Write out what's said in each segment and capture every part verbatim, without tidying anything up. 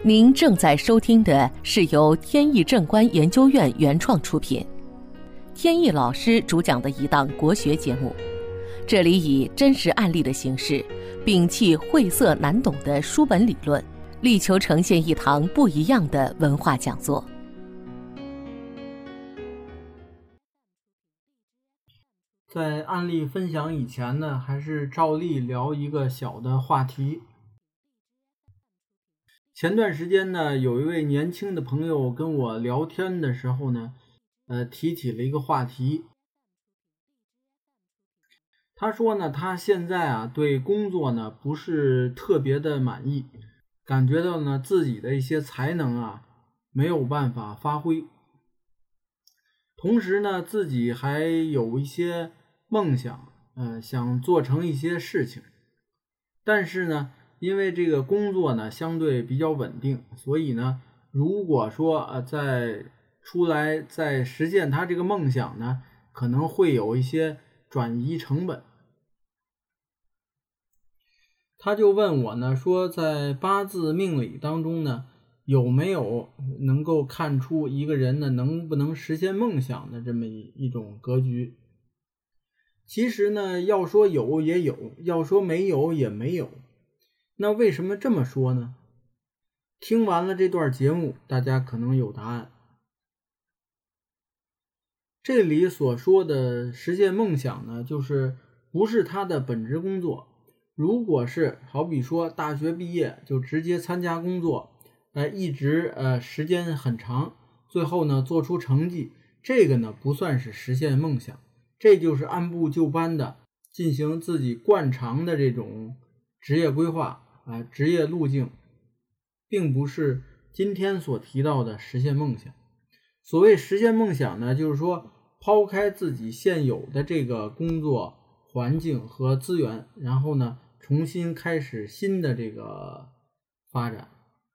您正在收听的是由天意正观研究院原创出品，天意老师主讲的一档国学节目。这里以真实案例的形式，摒弃晦涩难懂的书本理论，力求呈现一堂不一样的文化讲座。 在案例分享以前呢，还是照例聊一个小的话题。前段时间呢，有一位年轻的朋友跟我聊天的时候呢，呃，提起了一个话题。他说呢，他现在啊对工作呢不是特别的满意，感觉到呢自己的一些才能啊没有办法发挥。同时呢，自己还有一些梦想，呃，想做成一些事情，但是呢，因为这个工作呢相对比较稳定，所以呢，如果说呃在出来再实现他这个梦想呢，可能会有一些转移成本。他就问我呢，说在八字命理当中呢，有没有能够看出一个人呢能不能实现梦想的这么一一种格局？其实呢，要说有也有，要说没有也没有。那为什么这么说呢？听完了这段节目，大家可能有答案。这里所说的实现梦想呢，就是不是他的本职工作。如果是好比说大学毕业就直接参加工作，呃，一直呃时间很长，最后呢做出成绩，这个呢不算是实现梦想，这就是按部就班的进行自己惯常的这种职业规划啊、呃，职业路径，并不是今天所提到的实现梦想。所谓实现梦想呢，就是说抛开自己现有的这个工作环境和资源，然后呢重新开始新的这个发展。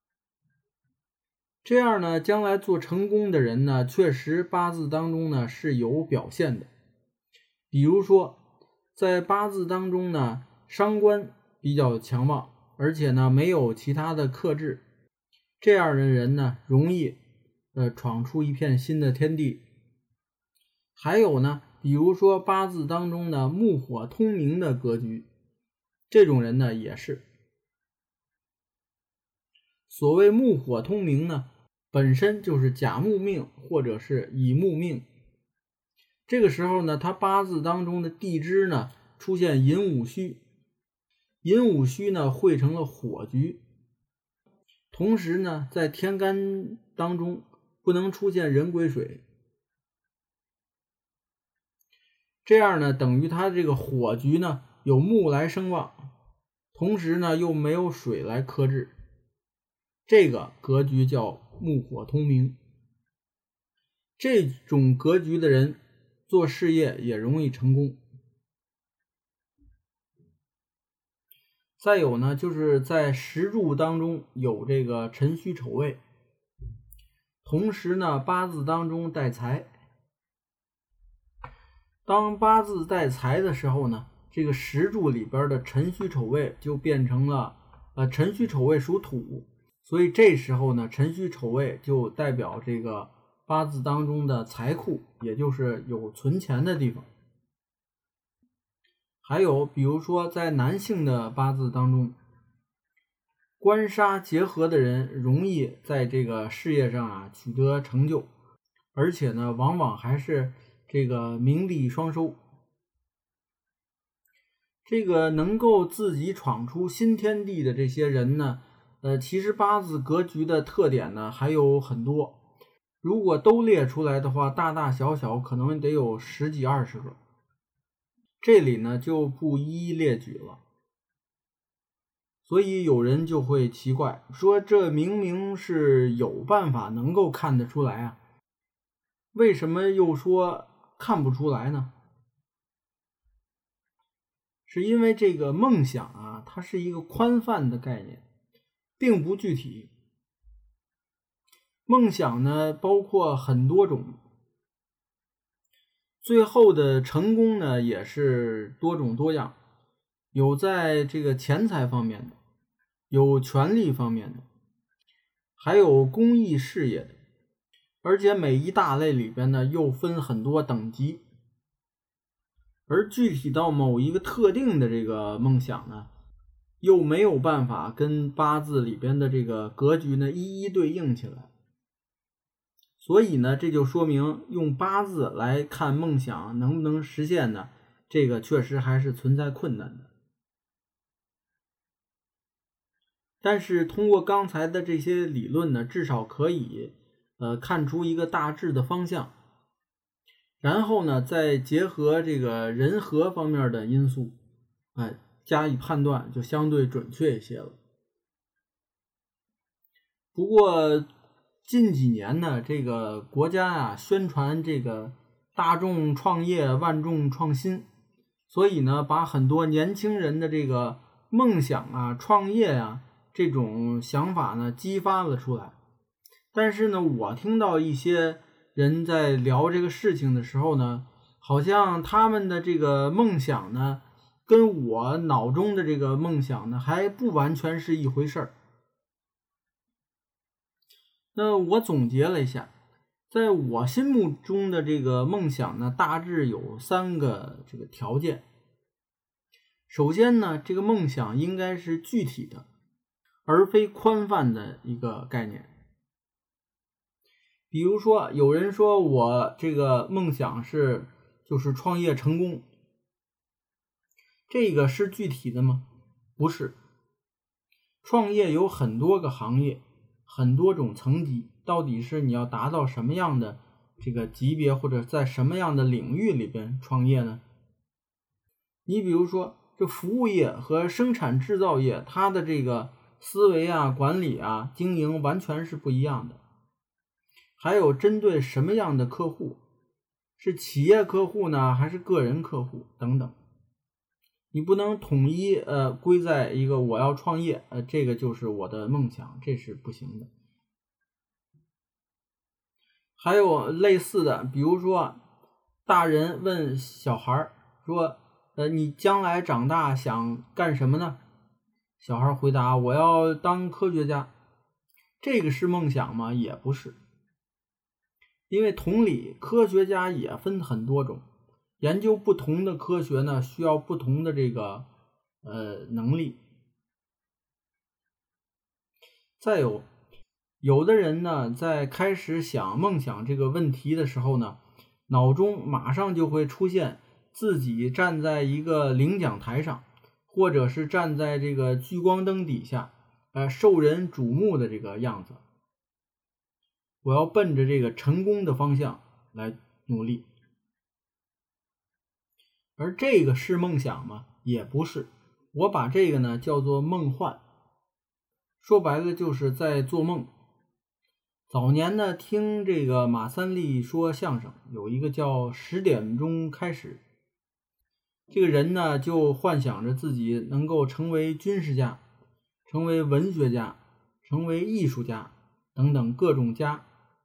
这样呢，将来做成功的人呢，确实八字当中呢是有表现的。比如说，在八字当中呢，伤官比较强旺，而且呢没有其他的克制，这样的人呢，容易呃闯出一片新的天地。还有呢，比如说八字当中的木火通明的格局，这种人呢也是。所谓木火通明呢，本身就是甲木命或者是乙木命。这个时候呢，他八字当中的地支呢出现寅午戌，寅午戌呢汇成了火局。同时呢，在天干当中不能出现壬癸水，这样呢等于他这个火局呢有木来生旺，同时呢又没有水来克制，这个格局叫木火通明。这种格局的人做事业也容易成功。再有呢，就是在时柱当中有这个辰戌丑未，同时呢八字当中带财。当八字带财的时候呢，这个时柱里边的辰戌丑未就变成了呃辰戌丑未属土，所以这时候呢辰戌丑未就代表这个八字当中的财库，也就是有存钱的地方。还有比如说在男性的八字当中，官杀结合的人容易在这个事业上啊取得成就，而且呢往往还是这个名利双收。这个能够自己闯出新天地的这些人呢，呃，其实八字格局的特点呢还有很多，如果都列出来的话，大大小小可能得有十几二十个，这里呢就不一一列举了。所以有人就会奇怪，说这明明是有办法能够看得出来啊，为什么又说看不出来呢？是因为这个梦想啊，它是一个宽泛的概念，并不具体。梦想呢包括很多种，最后的成功呢也是多种多样，有在这个钱财方面的，有权力方面的， 还有公益事业的，而且每一大类里边呢又分很多等级，而具体到某一个特定的这个梦想呢，又没有办法跟八字里边的这个格局呢一一对应起来。所以呢，这就说明用八字来看梦想能不能实现呢，这个确实还是存在困难的。但是通过刚才的这些理论呢，至少可以呃看出一个大致的方向，然后呢再结合这个人和方面的因素，哎，加以判断，就相对准确一些了。不过近几年呢，这个国家啊宣传这个大众创业万众创新，所以呢把很多年轻人的这个梦想啊创业啊这种想法呢激发了出来。但是呢我听到一些人在聊这个事情的时候呢，好像他们的这个梦想呢跟我脑中的这个梦想呢还不完全是一回事儿。那我总结了一下，在我心目中的这个梦想呢，大致有三个这个条件。首先呢，这个梦想应该是具体的，而非宽泛的一个概念。比如说，有人说我这个梦想是就是创业成功，这个是具体的吗？不是。创业有很多个行业，很多种层级，到底是你要达到什么样的这个级别，或者在什么样的领域里边创业呢？你比如说这服务业和生产制造业，它的这个思维啊、管理啊、经营完全是不一样的。还有针对什么样的客户，是企业客户呢，还是个人客户等等，你不能统一呃归在一个我要创业，呃这个就是我的梦想，这是不行的。还有类似的，比如说大人问小孩说呃你将来长大想干什么呢？小孩回答我要当科学家。这个是梦想吗？也不是。因为同理，科学家也分很多种，研究不同的科学呢，需要不同的这个呃能力。再有，有的人呢，在开始想梦想这个问题的时候呢，脑中马上就会出现自己站在一个领奖台上，或者是站在这个聚光灯底下，呃，受人瞩目的这个样子。我要奔着这个成功的方向来努力。而这个是梦想吗？也不是。我把这个呢叫做梦幻。说白了就是在做梦。早年呢听这个马三立说相声，有一个叫十点钟开始。这个人呢就幻想着自己能够成为军事家，成为文学家，成为艺术家等等各种家。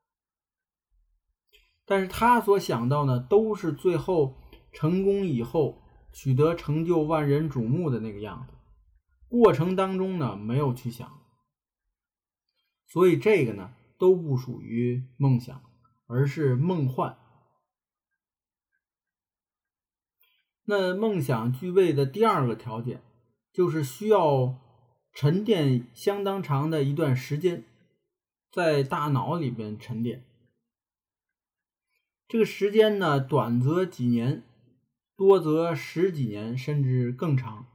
但是他所想到呢，都是最后成功以后取得成就万人瞩目的那个样子，过程当中呢没有去想，所以这个呢都不属于梦想，而是梦幻。那梦想具备的第二个条件，就是需要沉淀相当长的一段时间，在大脑里边沉淀。这个时间呢，短则几年，多则十几年，甚至更长。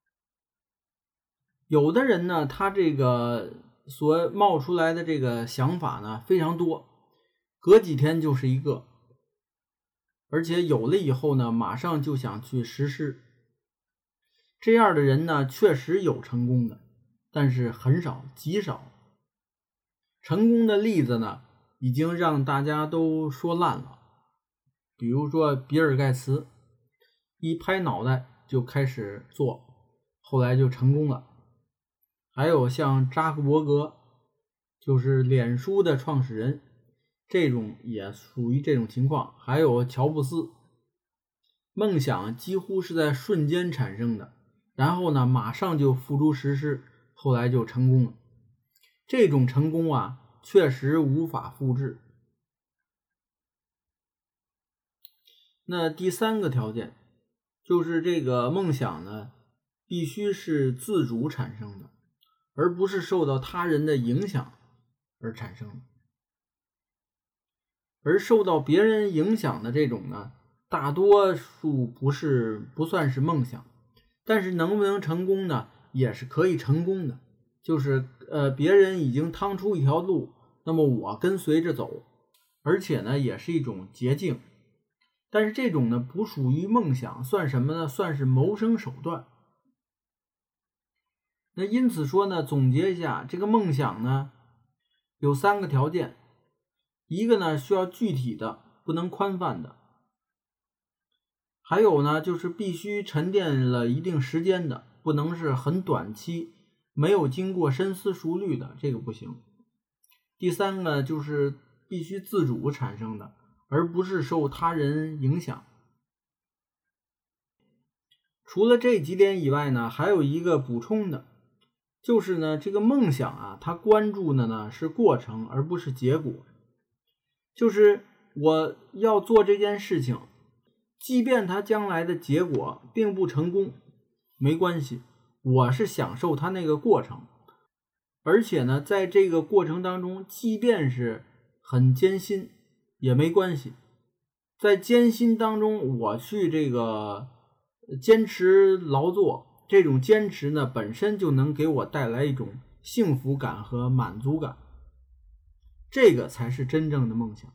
有的人呢，他这个所冒出来的这个想法呢非常多，隔几天就是一个，而且有了以后呢，马上就想去实施。这样的人呢，确实有成功的，但是很少，极少。成功的例子呢，已经让大家都说烂了。比如说比尔盖茨，一拍脑袋就开始做，后来就成功了。还有像扎克伯格，就是脸书的创始人，这种也属于这种情况。还有乔布斯，梦想几乎是在瞬间产生的，然后呢马上就付诸实施，后来就成功了。 这种成功啊，确实无法复制。那第三个条件就是这个梦想呢，必须是自主产生的，而不是受到他人的影响而产生的。而受到别人影响的这种呢，大多数不是不算是梦想，但是能不能成功呢，也是可以成功的。就是呃，别人已经趟出一条路，那么我跟随着走，而且呢，也是一种捷径。但是这种呢，不属于梦想，算什么呢？算是谋生手段。那因此说呢，总结一下，这个梦想呢，有三个条件。一个呢，需要具体的，不能宽泛的。还有呢，就是必须沉淀了一定时间的，不能是很短期，没有经过深思熟虑的，这个不行。第三个就是必须自主产生的，而不是受他人影响。除了这几点以外呢，还有一个补充的，就是呢，这个梦想啊，它关注的呢是过程，而不是结果。就是我要做这件事情，即便它将来的结果并不成功，没关系，我是享受它那个过程。而且呢，在这个过程当中，即便是很艰辛也没关系，在艰辛当中我去这个坚持劳作，这种坚持呢本身就能给我带来一种幸福感和满足感，这个才是真正的梦想。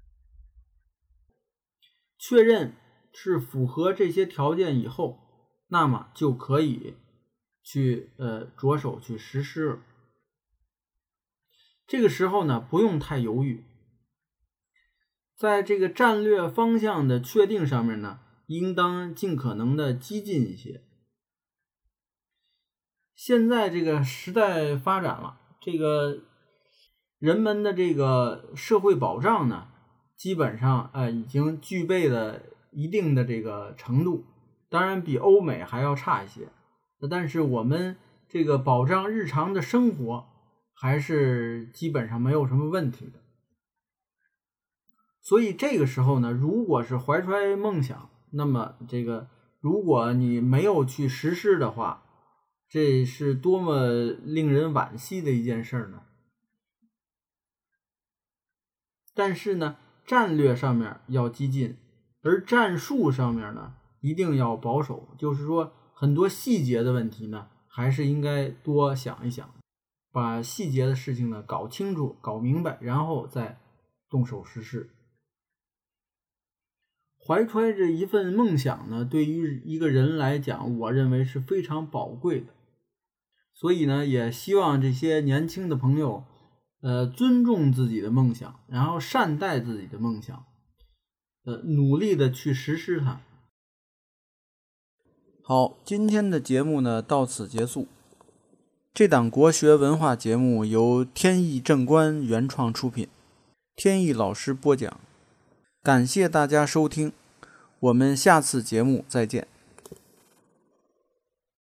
确认是符合这些条件以后，那么就可以去呃着手去实施了。这个时候呢，不用太犹豫，在这个战略方向的确定上面呢，应当尽可能的激进一些。现在这个时代发展了，这个人们的这个社会保障呢，基本上呃已经具备了一定的这个程度，当然比欧美还要差一些，但是我们这个保障日常的生活还是基本上没有什么问题的。所以这个时候呢，如果是怀揣梦想，那么这个如果你没有去实施的话，这是多么令人惋惜的一件事呢？但是呢，战略上面要激进，而战术上面呢，一定要保守。就是说，很多细节的问题呢，还是应该多想一想，把细节的事情呢搞清楚、搞明白，然后再动手实施。怀揣着一份梦想呢，对于一个人来讲，我认为是非常宝贵的。所以呢，也希望这些年轻的朋友，呃，尊重自己的梦想，然后善待自己的梦想，呃，努力的去实施它。好，今天的节目呢到此结束。这档国学文化节目由天意正观原创出品，天意老师播讲。感谢大家收听，我们下次节目再见。